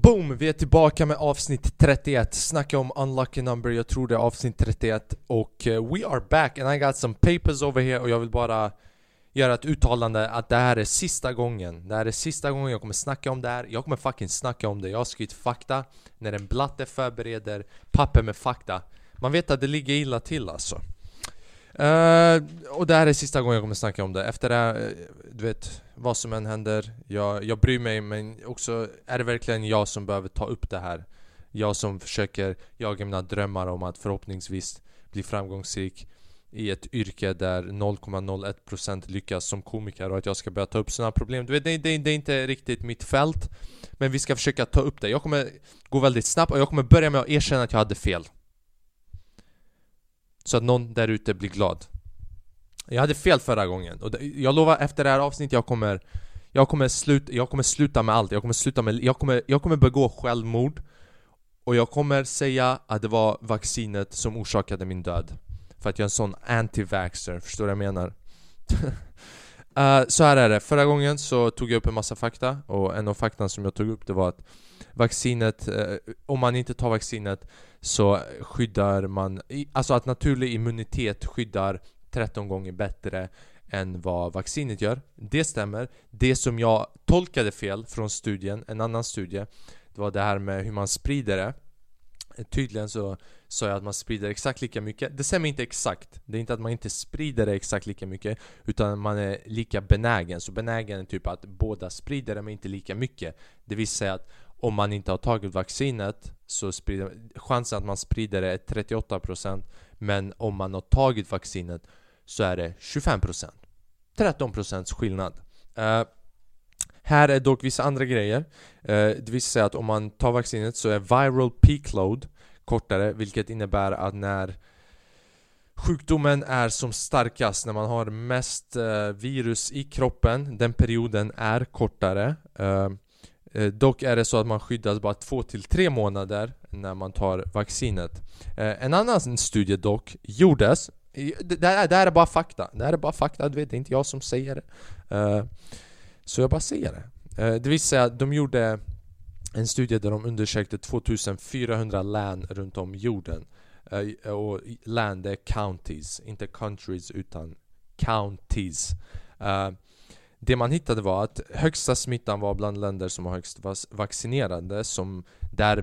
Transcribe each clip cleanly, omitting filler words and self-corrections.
Boom! Vi är tillbaka med avsnitt 31. Snacka om unlucky number. Jag tror det är avsnitt 31. Och we are back and I got some papers over here. Och jag vill bara göra ett uttalande att det här är sista gången. Det här är sista gången jag kommer snacka om det här. Jag kommer fucking snacka om det. Jag har skrivit fakta. När en blatte förbereder papper med fakta. Man vet att det ligger illa till alltså. Och det här är sista gången jag kommer snacka om det. Efter det, du vet, vad som än händer, jag bryr mig, men också är det verkligen jag som behöver ta upp det här. Jag som försöker jaga mina drömmar om att förhoppningsvis bli framgångsrik i ett yrke där 0,01% lyckas som komiker, och att jag ska börja ta upp sådana problem. Du vet, det är inte riktigt mitt fält, men vi ska försöka ta upp det. Jag kommer gå väldigt snabbt och jag kommer börja med att erkänna att jag hade fel. Så att någon där ute blir glad. Jag hade fel förra gången. Och jag lovar, efter det här avsnittet jag kommer sluta med allt. Jag kommer begå självmord. Och jag kommer säga att det var vaccinet som orsakade min död. För att jag är en sån anti-vaxxer. Förstår du vad jag menar? Så här är det. Förra gången så tog jag upp en massa fakta. Och en av faktan som jag tog upp, det var att vaccinet, om man inte tar vaccinet så skyddar man, alltså att naturlig immunitet skyddar 13 gånger bättre än vad vaccinet gör. Det stämmer. Det som jag tolkade fel från studien, en annan studie, det var det här med hur man sprider det. Tydligen så sa jag att man sprider exakt lika mycket. Det stämmer inte exakt. Det är inte att man inte sprider det exakt lika mycket, utan man är lika benägen. Så benägen är typ att båda sprider det men inte lika mycket. Det vill säga att om man inte har tagit vaccinet så sprider chansen att man sprider det är 38%, men om man har tagit vaccinet så är det 25%. 13% skillnad. Här är dock vissa andra grejer. Det vill säga att om man tar vaccinet så är viral peak load kortare, vilket innebär att när sjukdomen är som starkast, när man har mest virus i kroppen, den perioden är kortare. Dock är det så att man skyddas bara 2-3 månader när man tar vaccinet. En annan studie dock gjordes. Det här är bara fakta. Det här är bara fakta, du vet, det är inte jag som säger det. Så jag bara säger det. Det vill säga att de gjorde en studie där de undersökte 2400 län runt om jorden. Och län, det är counties, inte countries utan counties. Det man hittade var att högsta smittan var bland länder som har högst vaccinerade, som där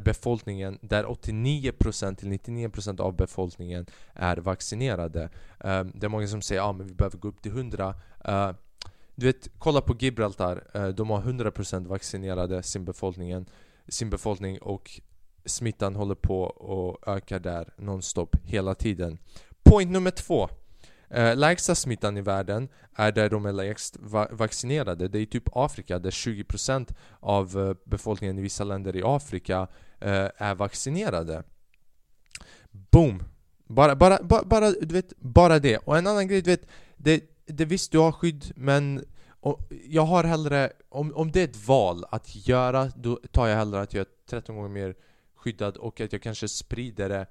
89% till 99% av befolkningen är vaccinerade. Det är många som säger men vi behöver gå upp till 100. Du vet, kolla på Gibraltar. De har 100% vaccinerade sin befolkning, och smittan håller på att öka där nonstop hela tiden. Point nummer 2. Lägsta smittan i världen är där de är lägst vaccinerade. Det är typ Afrika, där 20% av befolkningen i vissa länder i Afrika är vaccinerade. Boom! Bara du vet, bara det. Och en annan grej, du vet, det visst du har skydd, men jag har hellre, om det är ett val att göra, då tar jag hellre att jag är 13 gånger mer skyddad och att jag kanske sprider det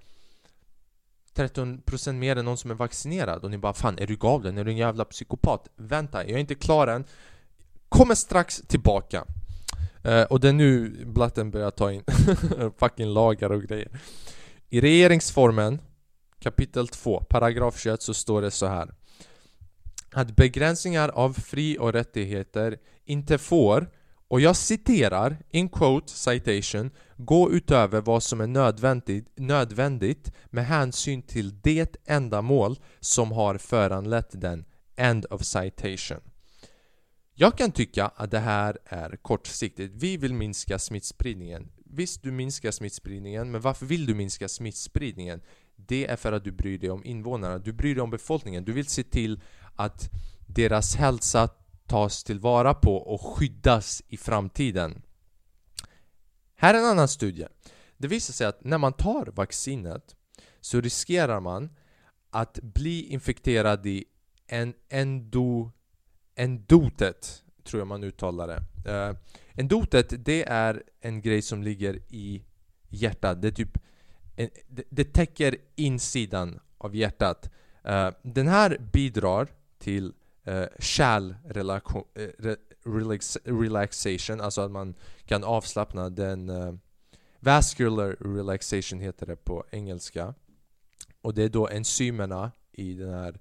13% mer än någon som är vaccinerad. Och ni bara, fan, är du galen? Är du en jävla psykopat? Vänta, jag är inte klar än. Kommer strax tillbaka. Och det är nu blatten börjar ta in fucking lagar och grejer. I regeringsformen, kapitel 2, paragraf 21, så står det så här: att begränsningar av fri- och rättigheter inte får, och jag citerar, in quote citation, gå utöver vad som är nödvändigt med hänsyn till det ändamål som har föranlett den. End of citation. Jag kan tycka att det här är kortsiktigt. Vi vill minska smittspridningen. Visst, du minskar smittspridningen, men varför vill du minska smittspridningen? Det är för att du bryr dig om invånarna. Du bryr dig om befolkningen. Du vill se till att deras hälsa tas tillvara på och skyddas i framtiden. Här är en annan studie. Det visar sig att när man tar vaccinet så riskerar man att bli infekterad i endotet, tror jag man uttalar det. Endotet, det är en grej som ligger i hjärtat. Det är typ det täcker insidan av hjärtat. Den här bidrar till relaxation, alltså att man kan avslappna den vascular relaxation heter det på engelska. Och det är då enzymerna i den här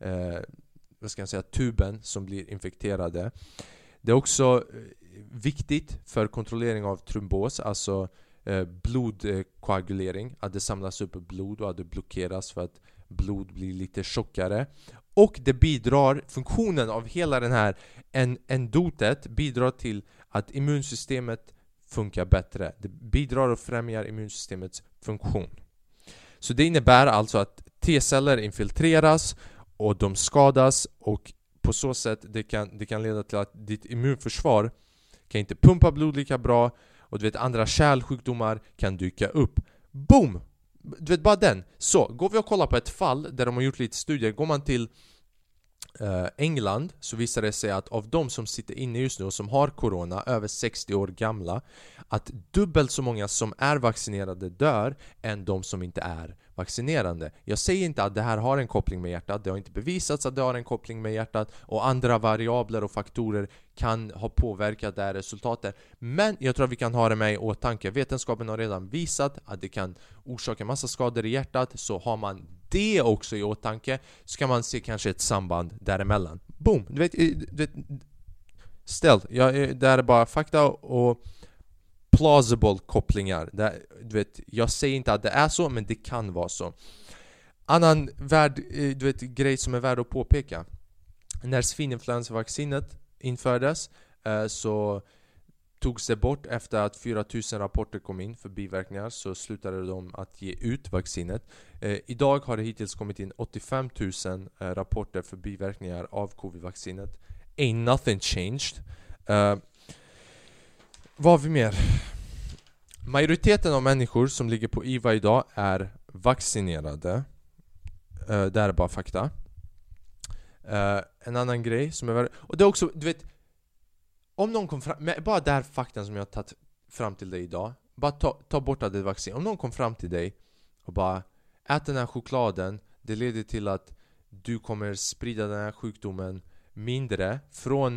tuben som blir infekterade. Det är också viktigt för kontrollering av trombos, alltså blodkoagulering, att det samlas upp blod och att det blockeras för att blod blir lite tjockare. Och det bidrar, funktionen av hela den här endotet bidrar till att immunsystemet funkar bättre. Det bidrar och främjar immunsystemets funktion. Så det innebär alltså att T-celler infiltreras och de skadas, och på så sätt det kan leda till att ditt immunförsvar kan inte pumpa blod lika bra, och du vet, andra kärlsjukdomar kan dyka upp. Boom! Du vet, bara den. Så, går vi och kollar på ett fall där de har gjort lite studier. Går man till England så visar det sig att av de som sitter inne just nu och som har corona, över 60 år gamla, att dubbelt så många som är vaccinerade dör än de som inte är vaccinerande. Jag säger inte att det här har en koppling med hjärtat, det har inte bevisats att det har en koppling med hjärtat, och andra variabler och faktorer kan ha påverkat det här resultatet. Men jag tror att vi kan ha det med i åtanke. Vetenskapen har redan visat att det kan orsaka massa skador i hjärtat, så har man det också i åtanke så kan man se kanske ett samband däremellan. Boom! Du vet ställ. Det här är bara fakta och plausible kopplingar. Du vet, jag säger inte att det är så, men det kan vara så. Annan grej som är värd att påpeka. När svininfluensavaccinet infördes så togs det bort efter att 4000 rapporter kom in för biverkningar, så slutade de att ge ut vaccinet. Idag har det hittills kommit in 85 000 rapporter för biverkningar av covid-vaccinet. Ain't nothing changed. Vad har vi mer? Majoriteten av människor som ligger på IVA idag är vaccinerade. Det är bara fakta. En annan grej som är och det är också, du vet, om någon kom fram, bara där faktan som jag har tagit fram till dig idag, bara ta bort att det är vaccin. Om någon kom fram till dig och bara ät den här chokladen, det leder till att du kommer sprida den här sjukdomen mindre från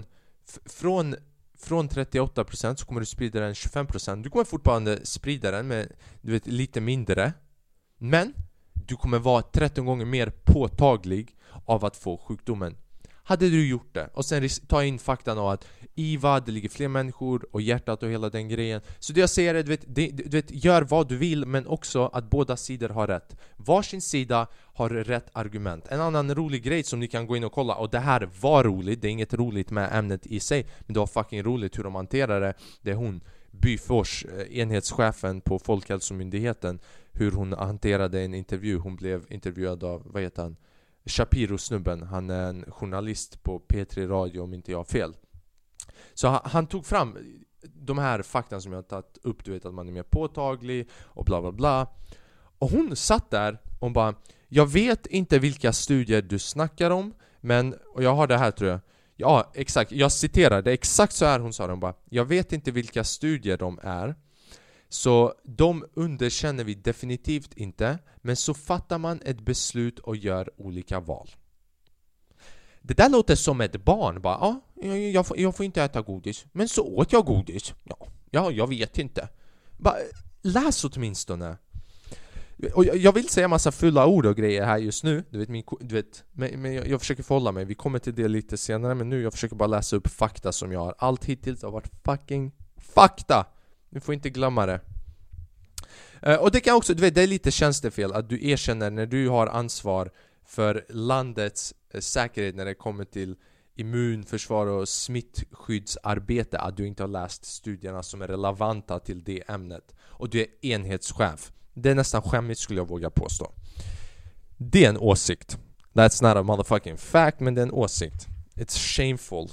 38% så kommer du sprida den 25%. Du kommer fortfarande sprida den med, du vet, lite mindre, men du kommer vara 13 gånger mer påtaglig av att få sjukdomen. Hade du gjort det? Och sen ta in faktan av att IVA, det ligger fler människor och hjärtat och hela den grejen. Så det jag säger är, du vet, gör vad du vill, men också att båda sidor har rätt. Varsin sida har rätt argument. En annan rolig grej som ni kan gå in och kolla, och det här var roligt, det är inget roligt med ämnet i sig, men det var fucking roligt hur de hanterade det. Det är hon, Byfors, enhetschefen på Folkhälsomyndigheten, hur hon hanterade en intervju. Hon blev intervjuad av, vad heter han? Shapiro-snubben, han är en journalist på P3 Radio om inte jag har fel. Så han tog fram de här faktan som jag har tagit upp, du vet, att man är mer påtaglig och bla bla bla. Och hon satt där och bara, jag vet inte vilka studier du snackar om, men, och jag har det här tror jag. Ja, exakt, jag citerar, det är exakt så här hon sa. Hon bara, jag vet inte vilka studier de är, så de underkänner vi definitivt inte, men så fattar man ett beslut och gör olika val. Det där låter som ett barn. Bara, jag får inte äta godis, men så åt jag godis. Ja, jag vet inte. Bara, läs åtminstone. Och jag vill säga massa fulla ord och grejer här just nu. Men jag försöker förhålla mig. Vi kommer till det lite senare, men nu jag försöker bara läsa upp fakta som jag har. Allt hittills har varit fucking fakta. Du får inte glömma det. Och det kan också, du vet, det är lite tjänstefel att du erkänner när du har ansvar för landets säkerhet när det kommer till immunförsvar och smittskyddsarbete, att du inte har läst studierna som är relevanta till det ämnet. Och du är enhetschef. Det är nästan skämmigt, skulle jag våga påstå. Det är en åsikt. That's not a motherfucking fact, men det är en åsikt. It's shameful.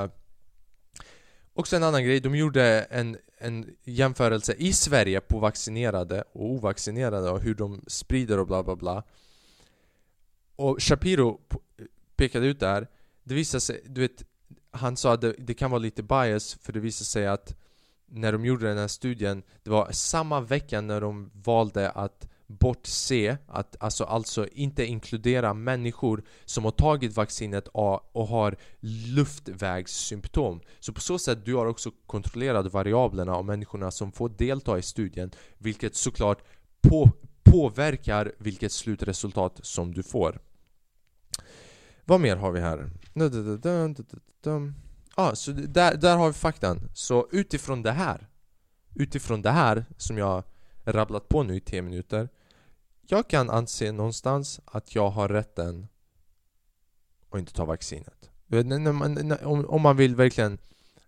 Också en annan grej, de gjorde en jämförelse i Sverige på vaccinerade och ovaccinerade och hur de sprider och bla bla bla. Och Shapiro pekade ut där. Det visade sig, du vet, han sa att det kan vara lite bias, för det visade sig att när de gjorde den här studien, det var samma vecka när de valde att bortse att alltså inte inkludera människor som har tagit vaccinet och har luftvägssymptom. Så på så sätt du har också kontrollerat variablerna av människorna som får delta i studien, vilket såklart påverkar vilket slutresultat som du får. Vad mer har vi här? Så där har vi faktan. Så utifrån det här som jag rabblat på nu i 10 minuter, jag kan anse någonstans att jag har rätten att inte ta vaccinet. Om man vill verkligen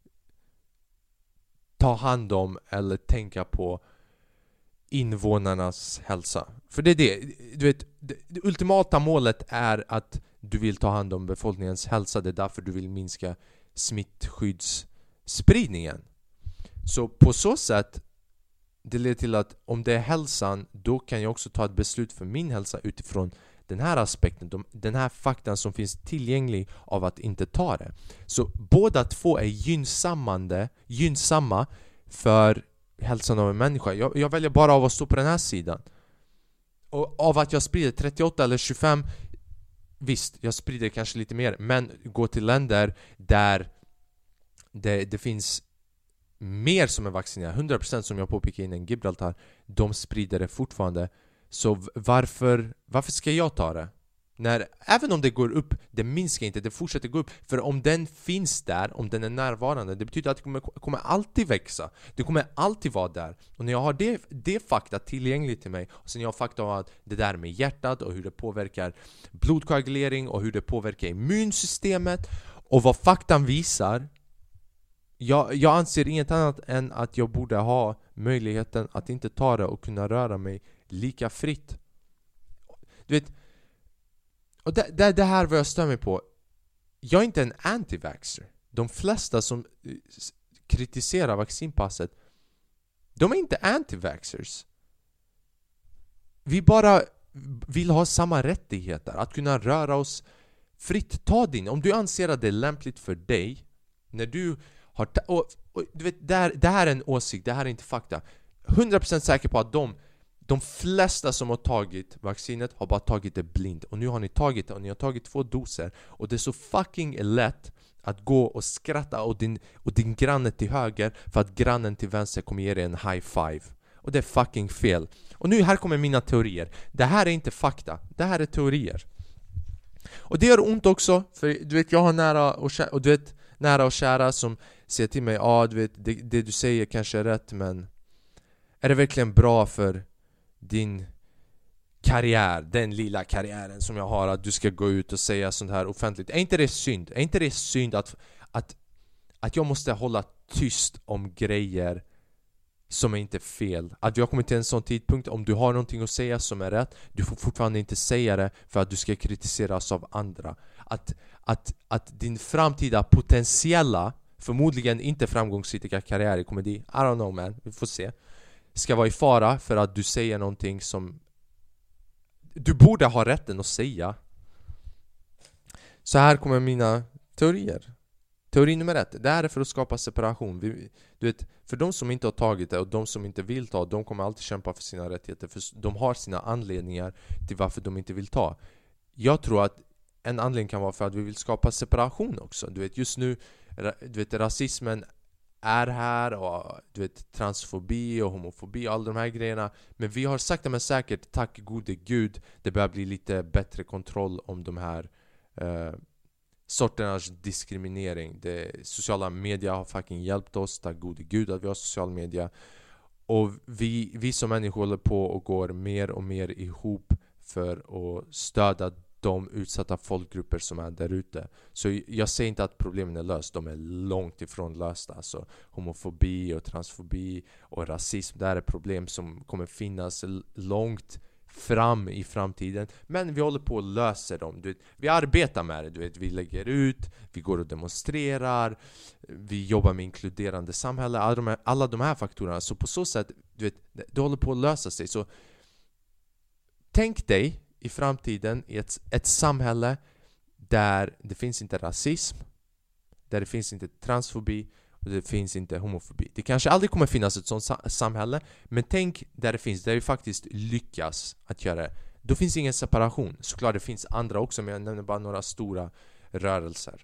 ta hand om eller tänka på invånarnas hälsa. För det är det, du vet, det ultimata målet är att du vill ta hand om befolkningens hälsa. Det är därför du vill minska smittskyddsspridningen. Så på så sätt, det leder till att om det är hälsan, då kan jag också ta ett beslut för min hälsa utifrån den här aspekten, den här faktan som finns tillgänglig av att inte ta det. Så båda två är gynnsamma för hälsan av en människa. Jag väljer bara av att stå på den här sidan. Och av att jag sprider 38 eller 25, visst, jag sprider kanske lite mer, men gå till länder där det finns mer som är vaccinerade, 100% som jag påpekar innan, Gibraltar, de sprider det fortfarande. Så varför ska jag ta det? Även om det går upp, det minskar inte, det fortsätter gå upp. För om den finns där, om den är närvarande, det betyder att det kommer alltid växa. Det kommer alltid vara där. Och när jag har det fakta tillgängligt till mig, och sen jag har fakta om att det där med hjärtat och hur det påverkar blodkoagulering och hur det påverkar immunsystemet och vad faktan visar, jag anser inget annat än att jag borde ha möjligheten att inte ta det och kunna röra mig lika fritt. Du vet, och det här vad jag stör mig på. Jag är inte en anti-vaxxer. De flesta som kritiserar vaccinpasset, de är inte anti-vaxxers. Vi bara vill ha samma rättigheter, att kunna röra oss fritt. Ta din, om du anser att det är lämpligt för dig, när du har och du vet, det här är en åsikt, det här är inte fakta. 100% säker på att de flesta som har tagit vaccinet har bara tagit det blind. Och nu har ni tagit det och ni har tagit 2 doser. Och det är så fucking lätt att gå och skratta åt din granne till höger för att grannen till vänster kommer ge dig en high five. Och det är fucking fel. Och nu här kommer mina teorier. Det här är inte fakta, det här är teorier. Och det gör ont också, för du vet, jag har nära och kära som säger till mig, du vet, det du säger kanske är rätt, men är det verkligen bra för din karriär, den lilla karriären som jag har, att du ska gå ut och säga sånt här offentligt? Är inte det synd? Är inte det synd att jag måste hålla tyst om grejer som är inte fel? Att vi har kommit till en sån tidpunkt, om du har någonting att säga som är rätt, du får fortfarande inte säga det för att du ska kritiseras av andra. Att din framtida potentiella, förmodligen inte framgångsrika karriär i komedi, I don't know man, vi får se, ska vara i fara för att du säger någonting som du borde ha rätten att säga. Så här kommer mina teorier. Teori nummer 1, det här är för att skapa separation. Du vet, för de som inte har tagit det och de som inte vill ta, de kommer alltid kämpa för sina rättigheter, för de har sina anledningar till varför de inte vill ta. Jag tror att en anledning kan vara för att vi vill skapa separation också. Du vet, just nu, du vet, rasismen är här, och du vet, transfobi och homofobi och alla de här grejerna. Men vi har sakta men säkert, tack gode gud, det börjar bli lite bättre kontroll om de här sorternas diskriminering. Sociala medier har fucking hjälpt oss, tack gode gud att vi har social media. Och vi som människor håller på och går mer och mer ihop för att stödja de utsatta folkgrupper som är där ute. Så jag säger inte att problemen är löst, de är långt ifrån lösta. Alltså homofobi och transfobi och rasism, det här är problem som kommer finnas långt fram i framtiden. Men vi håller på att lösa dem. Du vet, vi arbetar med det, du vet, vi lägger ut, vi går och demonstrerar, vi jobbar med inkluderande samhälle, alla de här faktorerna. Så på så sätt, du vet, det håller på att lösa sig. Så tänk dig i framtiden i ett samhälle där det finns inte rasism, där det finns inte transfobi och det finns inte homofobi. Det kanske aldrig kommer finnas ett sånt samhälle, men tänk där det finns, där vi faktiskt lyckas att göra det. Då finns ingen separation. Såklart det finns andra också, men jag nämner bara några stora rörelser.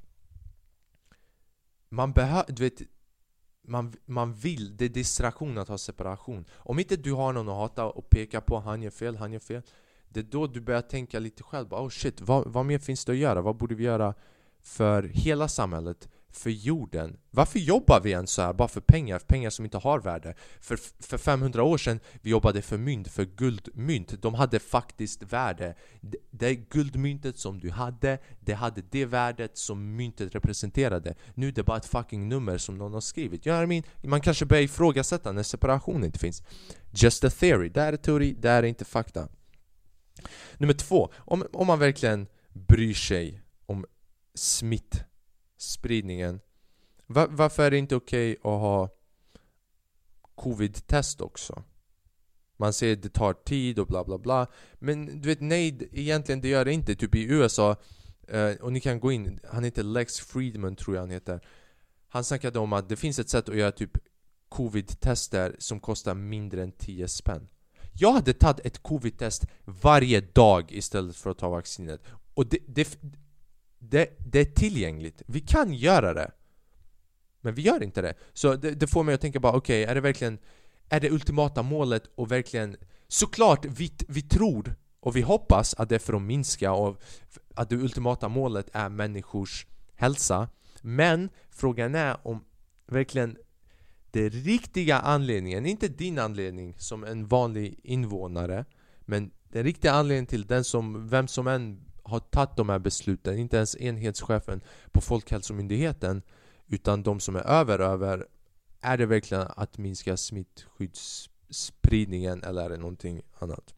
Man behöver, du vet, man vill, det är distraktion att ha separation. Om inte du har någon att hata och peka på, han gör fel, det är då du börjar tänka lite själv. Oh shit, vad mer finns det att göra? Vad borde vi göra för hela samhället? För jorden? Varför jobbar vi än så här? Bara för pengar som inte har värde. För 500 år sedan vi jobbade för mynt, för guldmynt. De hade faktiskt värde. Det guldmyntet som du hade, det hade det värdet som myntet representerade. Nu är det bara ett fucking nummer som någon har skrivit. Man kanske börjar ifrågasätta när separation inte finns. Just a theory. Det är teori, det är inte fakta. Nummer 2. Om man verkligen bryr sig om smittspridningen, varför är det inte okej att ha covid-test också? Man säger det tar tid och bla bla bla, men du vet, nej, egentligen det gör det inte. Typ i USA, och ni kan gå in, han heter Lex Friedman tror jag han heter. Han snackade om att det finns ett sätt att göra typ covid-tester som kostar mindre än 10 spänn. Jag hade tagit ett covid-test varje dag istället för att ta vaccinet. Och det är tillgängligt. Vi kan göra det. Men vi gör inte det. Så det får mig att tänka bara, okej, är det ultimata målet och verkligen, såklart vi tror och vi hoppas att det är för att minska och att det ultimata målet är människors hälsa. Men frågan är om verkligen det riktiga anledningen, inte din anledning som en vanlig invånare, men den riktiga anledningen till vem som än har tagit de här besluten, inte ens enhetschefen på Folkhälsomyndigheten, utan de som är över, är det verkligen att minska smittskyddsspridningen eller är det någonting annat?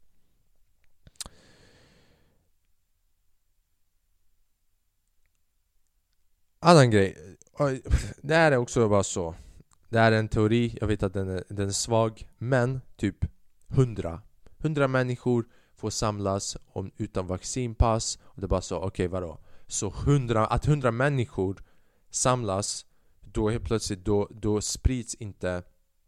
Annan grej, det här är också bara så. Det här är en teori, jag vet att den är svag, men typ 100 människor får samlas utan vaccinpass, och det är bara så, okej, vadå? Så 100 människor samlas, då helt plötsligt då sprids inte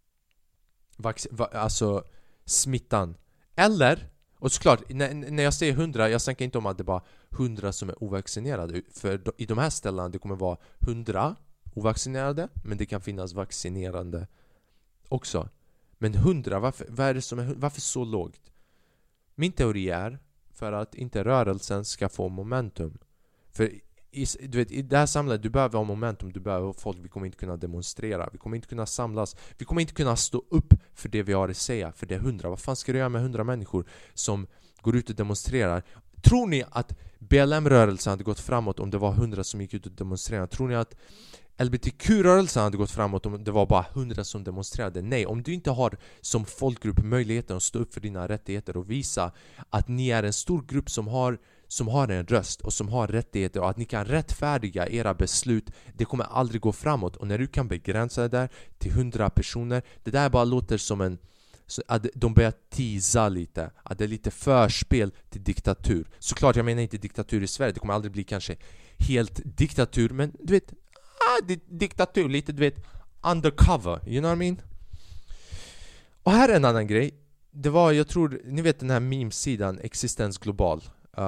alltså smittan. Eller, och såklart, när jag säger 100, jag tänker inte om att det är bara 100 som är ovaccinerade. För i de här ställena det kommer vara 100 ovaccinerade, men det kan finnas vaccinerande också. Men 100, varför så lågt? Min teori är för att inte rörelsen ska få momentum. För du vet, i det här samhället, du behöver ha momentum, du behöver ha folk. Vi kommer inte kunna demonstrera, vi kommer inte kunna samlas, vi kommer inte kunna stå upp för det vi har att säga. För det är 100, vad fan ska du göra med 100 människor som går ut och demonstrerar? Tror ni att BLM-rörelsen hade gått framåt om det var 100 som gick ut och demonstrerade? Tror ni att LGBTQ-rörelsen hade gått framåt om det var bara 100 som demonstrerade? Nej, om du inte har som folkgrupp möjligheten att stå upp för dina rättigheter och visa att ni är en stor grupp som har en röst och som har rättigheter och att ni kan rättfärdiga era beslut, det kommer aldrig gå framåt. Och när du kan begränsa det där till 100 personer, det där bara låter som att de börjar teasa lite, att det är lite förspel till diktatur. Såklart, jag menar inte diktatur i Sverige, det kommer aldrig bli kanske helt diktatur, men du vet, diktatur lite, du vet, undercover, you know what I mean? Och här är en annan grej. Det var, jag tror, ni vet den här meme-sidan Existens Global.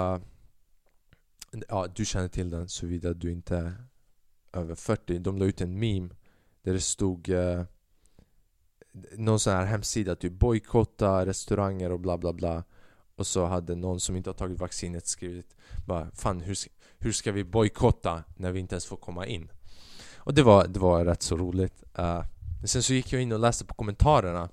Ja, du känner till den såvida du inte är över 40. De la ut en meme där det stod någon sån här hemsida, typ bojkotta restauranger och bla bla bla. Och så hade någon som inte har tagit vaccinet skrivit bara, fan, hur ska vi bojkotta när vi inte ens får komma in? Och det var rätt så roligt. Sen så gick jag in och läste på kommentarerna.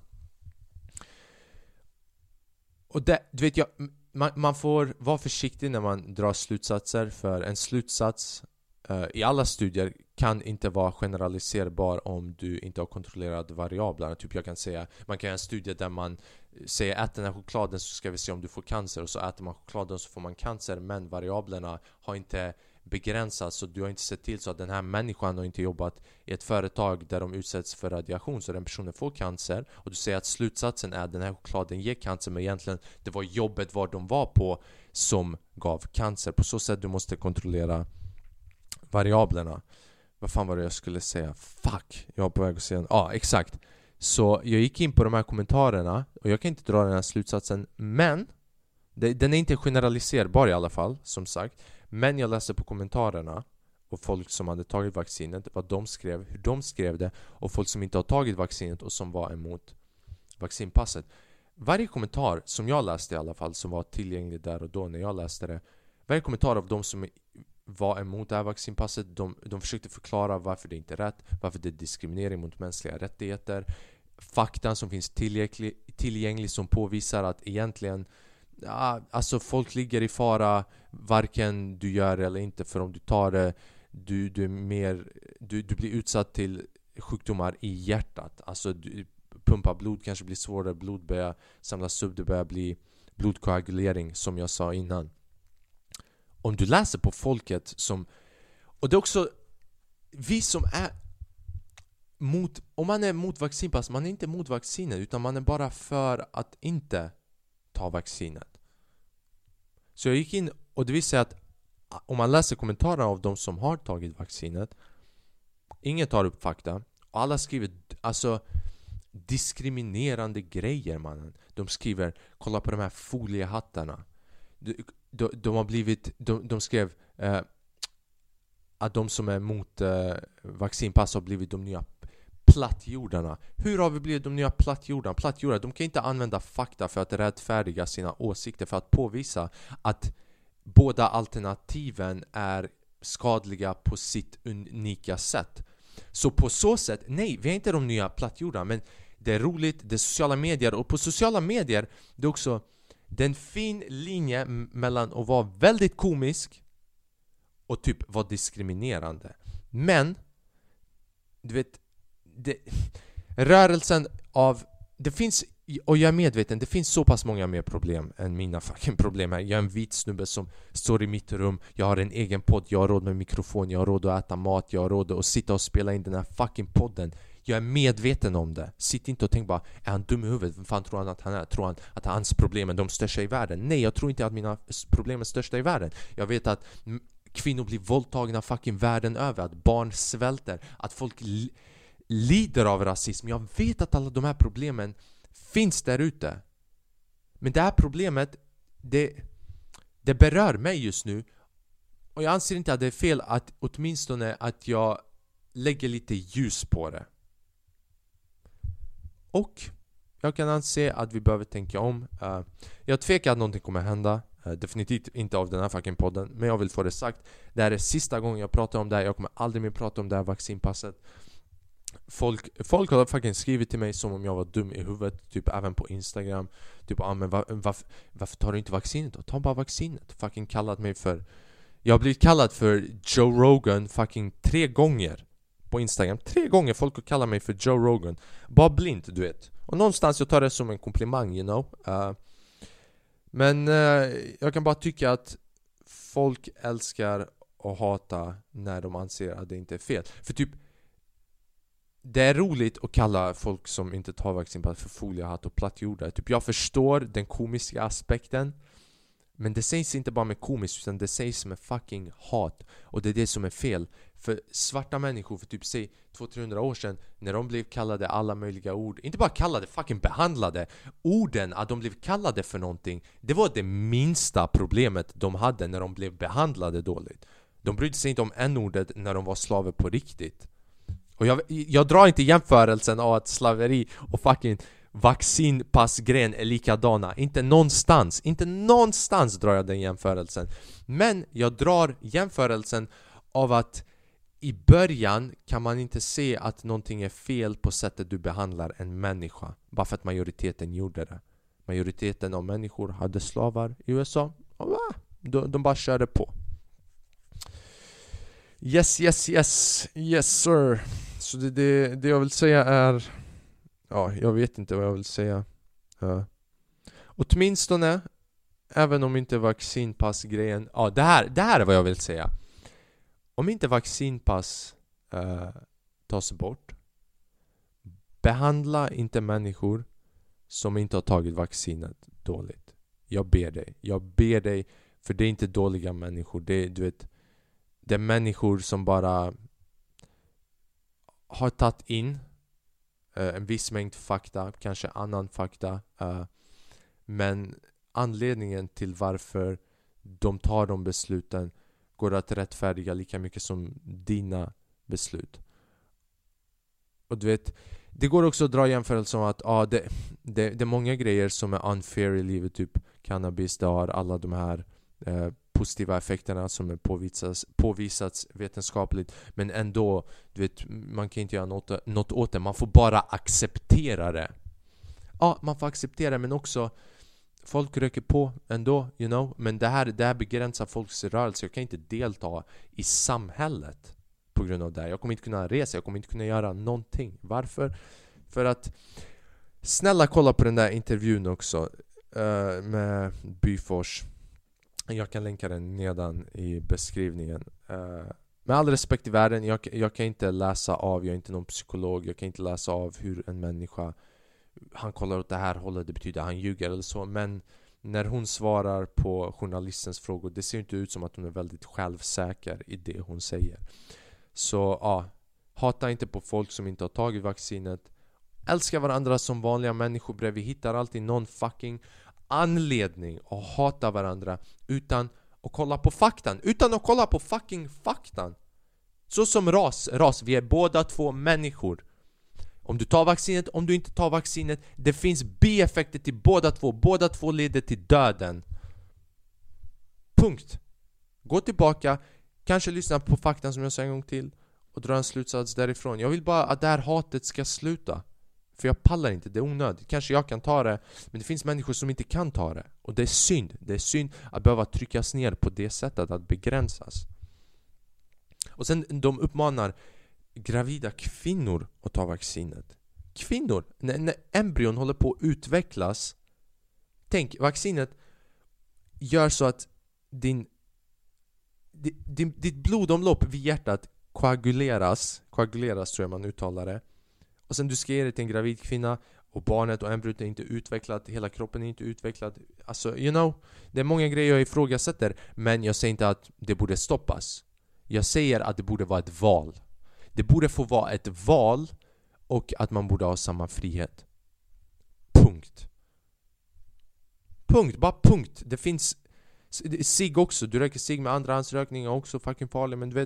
Och det, du vet, man får vara försiktig när man drar slutsatser. För en slutsats i alla studier kan inte vara generaliserbar om du inte har kontrollerat variablerna. Typ man kan göra en studie där man säger ät den här chokladen så ska vi se om du får cancer. Och så äter man chokladen så får man cancer. Men variablerna har inte begränsats, så du har inte sett till så att den här människan har inte jobbat i ett företag där de utsätts för radiation så den personen får cancer. Och du säger att slutsatsen är att den här chokladen ger cancer, men egentligen det var jobbet var de var på som gav cancer. På så sätt du måste kontrollera variablerna. Vad fan var det jag skulle säga? Fuck, jag var på väg att säga. Ja, exakt. Så jag gick in på de här kommentarerna, och jag kan inte dra den här slutsatsen, men den är inte generaliserbar i alla fall, som sagt. Men jag läste på kommentarerna och folk som hade tagit vaccinet, vad de skrev, hur de skrev det, och folk som inte har tagit vaccinet och som var emot vaccinpasset. Varje kommentar som jag läste i alla fall, som var tillgänglig där och då när jag läste det, varje kommentar av de som var emot det här vaccinpasset, de försökte förklara varför det inte är rätt, varför det är diskriminering mot mänskliga rättigheter, faktan som finns tillgänglig som påvisar att egentligen alltså folk ligger i fara varken du gör eller inte, för om du tar det du blir utsatt till sjukdomar i hjärtat, alltså du pumpar blod, kanske blir svårare, blod börjar samlas upp, det börjar bli blodkoagulering som jag sa innan. Om du läser på folket som, och det är också vi som är mot, om man är mot vaccinpass, man är inte mot vaccinet utan man är bara för att inte ta vaccinet. Så jag gick in, och det visar att om man läser kommentarerna av de som har tagit vaccinet, ingen tar upp fakta, och alla skriver alltså diskriminerande grejer, mannen. De skriver, kolla på de här foliehattarna. De har blivit, de skrev att de som är emot vaccinpass har blivit de nya plattjordarna. Hur har vi blivit de nya plattjordar? De kan inte använda fakta för att rättfärdiga sina åsikter, för att påvisa att båda alternativen är skadliga på sitt unika sätt. Så på så sätt, nej, vi är inte de nya plattjordarna, men det är roligt, det är sociala medier, och på sociala medier det är också den fin linje mellan att vara väldigt komisk och typ vara diskriminerande. Men du vet, rörelsen av, det finns, och jag är medveten, det finns så pass många mer problem än mina fucking problem här. Jag är en vit snubbe som står i mitt rum, jag har en egen podd, jag har råd med mikrofon, jag har råd att äta mat, jag har råd att sitta och spela in den här fucking podden. Jag är medveten om det. Sitt inte och tänk bara, är han dum i huvudet? Vem fan tror han att han är? Tror han att hans problem är de största i världen? Nej, jag tror inte att mina problem är största i världen. Jag vet att kvinnor blir våldtagna fucking världen över, att barn svälter, att folk lider av rasism. Jag vet att alla de här problemen finns där ute. Men det här problemet, det berör mig just nu. Och jag anser inte att det är fel att åtminstone att jag lägger lite ljus på det. Och jag kan anse att vi behöver tänka om. Jag tvekar att någonting kommer hända. Definitivt inte av den här fucking podden. Men jag vill få det sagt. Det här är sista gången jag pratar om det här. Jag kommer aldrig mer prata om det här vaccinpasset. Folk har fucking skrivit till mig som om jag var dum i huvudet. Typ även på Instagram. Typ, men varför tar du inte vaccinet då? Ta bara vaccinet. Fucking kallat mig för... Jag har blivit kallad för Joe Rogan fucking 3 gånger på Instagram. 3 gånger folk har kallat mig för Joe Rogan. Bara blint, du vet. Och någonstans jag tar det som en komplimang, you know. Men jag kan bara tycka att folk älskar att hata när de anser att det inte är fel. För typ, det är roligt att kalla folk som inte tar vaccinpass för foliehatt och plattjordar. Typ, jag förstår den komiska aspekten. Men det sägs inte bara med komiskt, utan det sägs med fucking hat. Och det är det som är fel. För svarta människor för typ säg 200-300 år sedan, när de blev kallade alla möjliga ord, inte bara kallade, fucking behandlade. Orden att de blev kallade för någonting, det var det minsta problemet de hade när de blev behandlade dåligt. De brydde sig inte om n-ordet när de var slaver på riktigt. Och jag drar inte jämförelsen av att slaveri och fucking vaccinpassgren är likadana. Inte någonstans drar jag den jämförelsen. Men jag drar jämförelsen av att i början kan man inte se att någonting är fel på sättet du behandlar en människa. Bara för att majoriteten gjorde det. Majoriteten av människor hade slavar i USA. Och de bara körde på. Yes sir. Så det jag vill säga är... Ja, jag vet inte vad jag vill säga. Åtminstone, även om inte vaccinpassgrejen... Ja, det här är vad jag vill säga. Om inte vaccinpass tas bort, behandla inte människor som inte har tagit vaccinet dåligt. Jag ber dig, för det är inte dåliga människor. Det är människor som bara har tagit in en viss mängd fakta, kanske annan fakta, men anledningen till varför de tar de besluten går att rättfärdiga lika mycket som dina beslut. Och du vet, det går också att dra jämförelser om att det är många grejer som är unfair i livet, typ cannabis, det har alla de här positiva effekterna som är påvisats vetenskapligt, men ändå, du vet, man kan inte göra något åt det, man får bara acceptera det. Ja, man får acceptera det, men också folk röker på ändå, you know, men det här begränsar folks rörelse. Jag kan inte delta i samhället på grund av det. Jag kommer inte kunna resa, jag kommer inte kunna göra någonting. Varför? För att, snälla kolla på den där intervjun också med Byfors. Jag kan länka den nedan i beskrivningen. Med all respekt i världen, jag kan inte läsa av, jag är inte någon psykolog, jag kan inte läsa av hur en människa, han kollar åt det här hållet, det betyder att han ljuger eller så. Men när hon svarar på journalistens frågor, det ser inte ut som att hon är väldigt självsäker i det hon säger. Så ja, hata inte på folk som inte har tagit vaccinet. Älska varandra som vanliga människor. Vi hittar alltid någon fucking anledning att hata varandra utan att kolla på faktan. Utan att kolla på fucking faktan. Så som ras, vi är båda två människor. Om du tar vaccinet, om du inte tar vaccinet, det finns bieffekter till båda två. Båda två leder till döden. Punkt. Gå tillbaka, kanske lyssna på faktan som jag sa en gång till och dra en slutsats därifrån. Jag vill bara att det här hatet ska sluta. För jag pallar inte, det är onödigt. Kanske jag kan ta det, men det finns människor som inte kan ta det. Och det är synd. Det är synd att behöva tryckas ner på det sättet, att begränsas. Och sen de uppmanar gravida kvinnor att ta vaccinet. Kvinnor, när embryon håller på att utvecklas. Tänk, vaccinet gör så att ditt blodomlopp vid hjärtat koaguleras tror jag man uttalar det. Och sen du ska ge det till en gravid kvinna, och barnet och embryot är inte utvecklat, hela kroppen är inte utvecklad. Alltså, you know, det är många grejer jag ifrågasätter, men jag säger inte att det borde stoppas. Jag säger att det borde vara ett val. Det borde få vara ett val, och att man borde ha samma frihet. Punkt. Punkt, bara punkt. Det finns cigg också, du röker cigg med andrahandsrökning är också fucking farlig, men du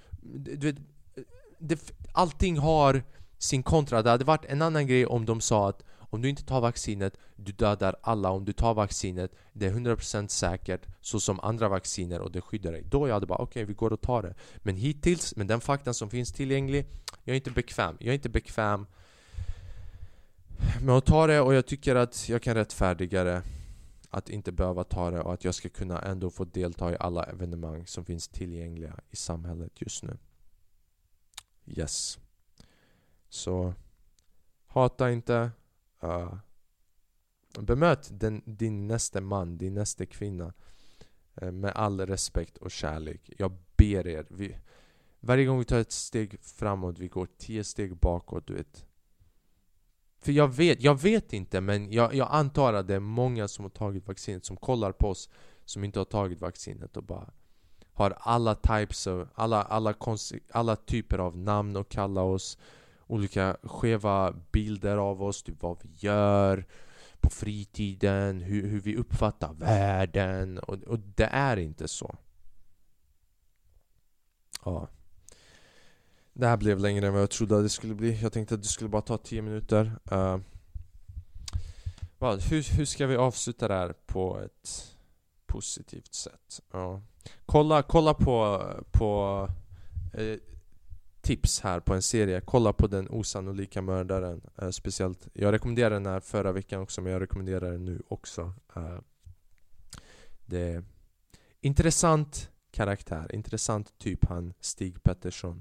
vet allting har sin kontra. Det hade varit en annan grej om de sa att om du inte tar vaccinet, du dödar alla. Om du tar vaccinet, det är 100% säkert, så som andra vacciner, och det skyddar dig. Då jag hade bara, okej, vi går och tar det. Men hittills, med den faktan som finns tillgänglig, jag är inte bekväm med att ta det, och jag tycker att jag kan rättfärdiga det att inte behöva ta det, och att jag ska kunna ändå få delta i alla evenemang som finns tillgängliga i samhället just nu. Yes. Så hata inte. Bemöt din nästa man, din nästa kvinna med all respekt och kärlek. Jag ber er. Varje gång vi tar ett steg framåt, vi går 10 steg bakåt, du vet. För jag vet inte, men jag antar att det är många som har tagit vaccinet som kollar på oss som inte har tagit vaccinet och bara har alla types of, alla typer av namn att kalla oss, olika skeva bilder av oss, typ vad vi gör på fritiden, hur vi uppfattar världen, och det är inte så. Ja. Det här blev längre än vad jag trodde att det skulle bli. Jag tänkte att det skulle bara ta 10 minuter. Hur ska vi avsluta det här på ett positivt sätt? Kolla på tips här på en serie. Kolla på Den osannolika mördaren. Speciellt, jag rekommenderade den här förra veckan också, men jag rekommenderar den nu också. Det är intressant karaktär, intressant typ, han Stig Pettersson.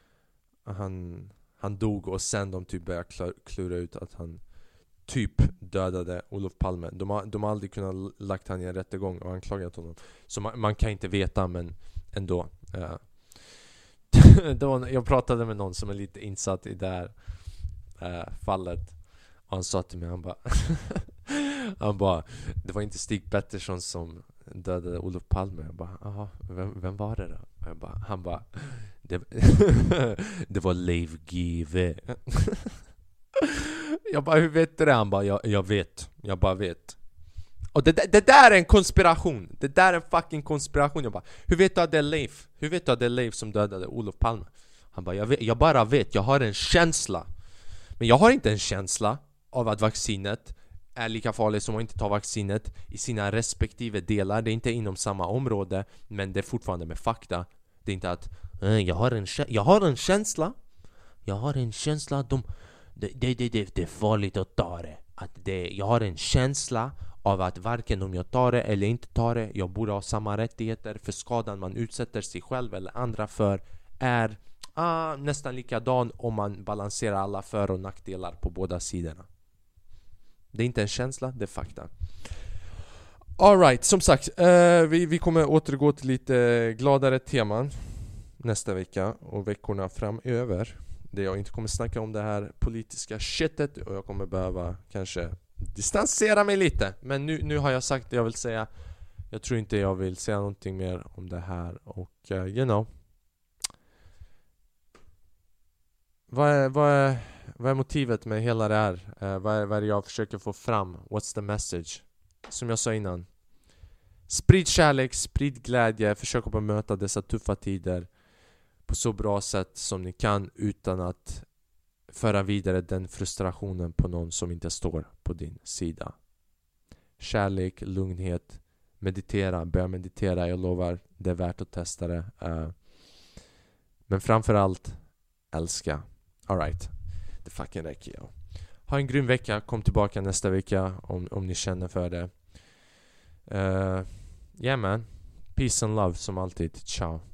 Han dog, och sen de typ började klura ut att han typ dödade Olof Palme. De har aldrig kunnat lagt han i en rättegång och anklagat honom. Så man kan inte veta, men ändå. Jag pratade med någon som är lite insatt i det här fallet, och han sa till mig, han bara det var inte Stig Pettersson som dödade Olof Palme. Jag bara, aha, vem var det då? Han bara, Det var Leif GW. Jag bara, hur vet du det? Han bara, jag vet. Jag bara vet. Och det där är en konspiration. Det där är en fucking konspiration. Jag bara, hur vet du att det är Leif? Hur vet du att det är Leif som dödade Olof Palme? Han bara, jag bara vet. Jag har en känsla. Men jag har inte en känsla av att vaccinet är lika farligt som att inte ta vaccinet i sina respektive delar. Det är inte inom samma område, men det är fortfarande med fakta. Det är inte att jag har en känsla. Jag har en känsla. Det är farligt att ta det. Jag har en känsla av att varken om jag tar det eller inte tar det, jag borde ha samma rättigheter, för skadan man utsätter sig själv eller andra för är nästan likadan om man balanserar alla för- och nackdelar på båda sidorna. Det är inte en känsla, det är fakta. Alright, som sagt, vi kommer återgå till lite gladare teman nästa vecka och veckorna framöver. Där jag inte kommer snacka om det här politiska shitet och jag kommer behöva kanske distansera mig lite. Men nu har jag sagt det jag vill säga. Jag tror inte jag vill säga någonting mer om det här. Och you know, vad är motivet med hela det här? Vad är det jag försöker få fram? What's the message? Som jag sa innan, sprid kärlek, sprid glädje. Försök att möta dessa tuffa tider på så bra sätt som ni kan, utan att föra vidare den frustrationen på någon som inte står på din sida. Kärlek, lugnhet, meditera, börja meditera. Jag lovar, det är värt att testa det. Men framförallt, älska. Alright, det fucking räcker jag. Ha en grym vecka, kom tillbaka nästa vecka om ni känner för det. Yeah man, peace and love som alltid, ciao.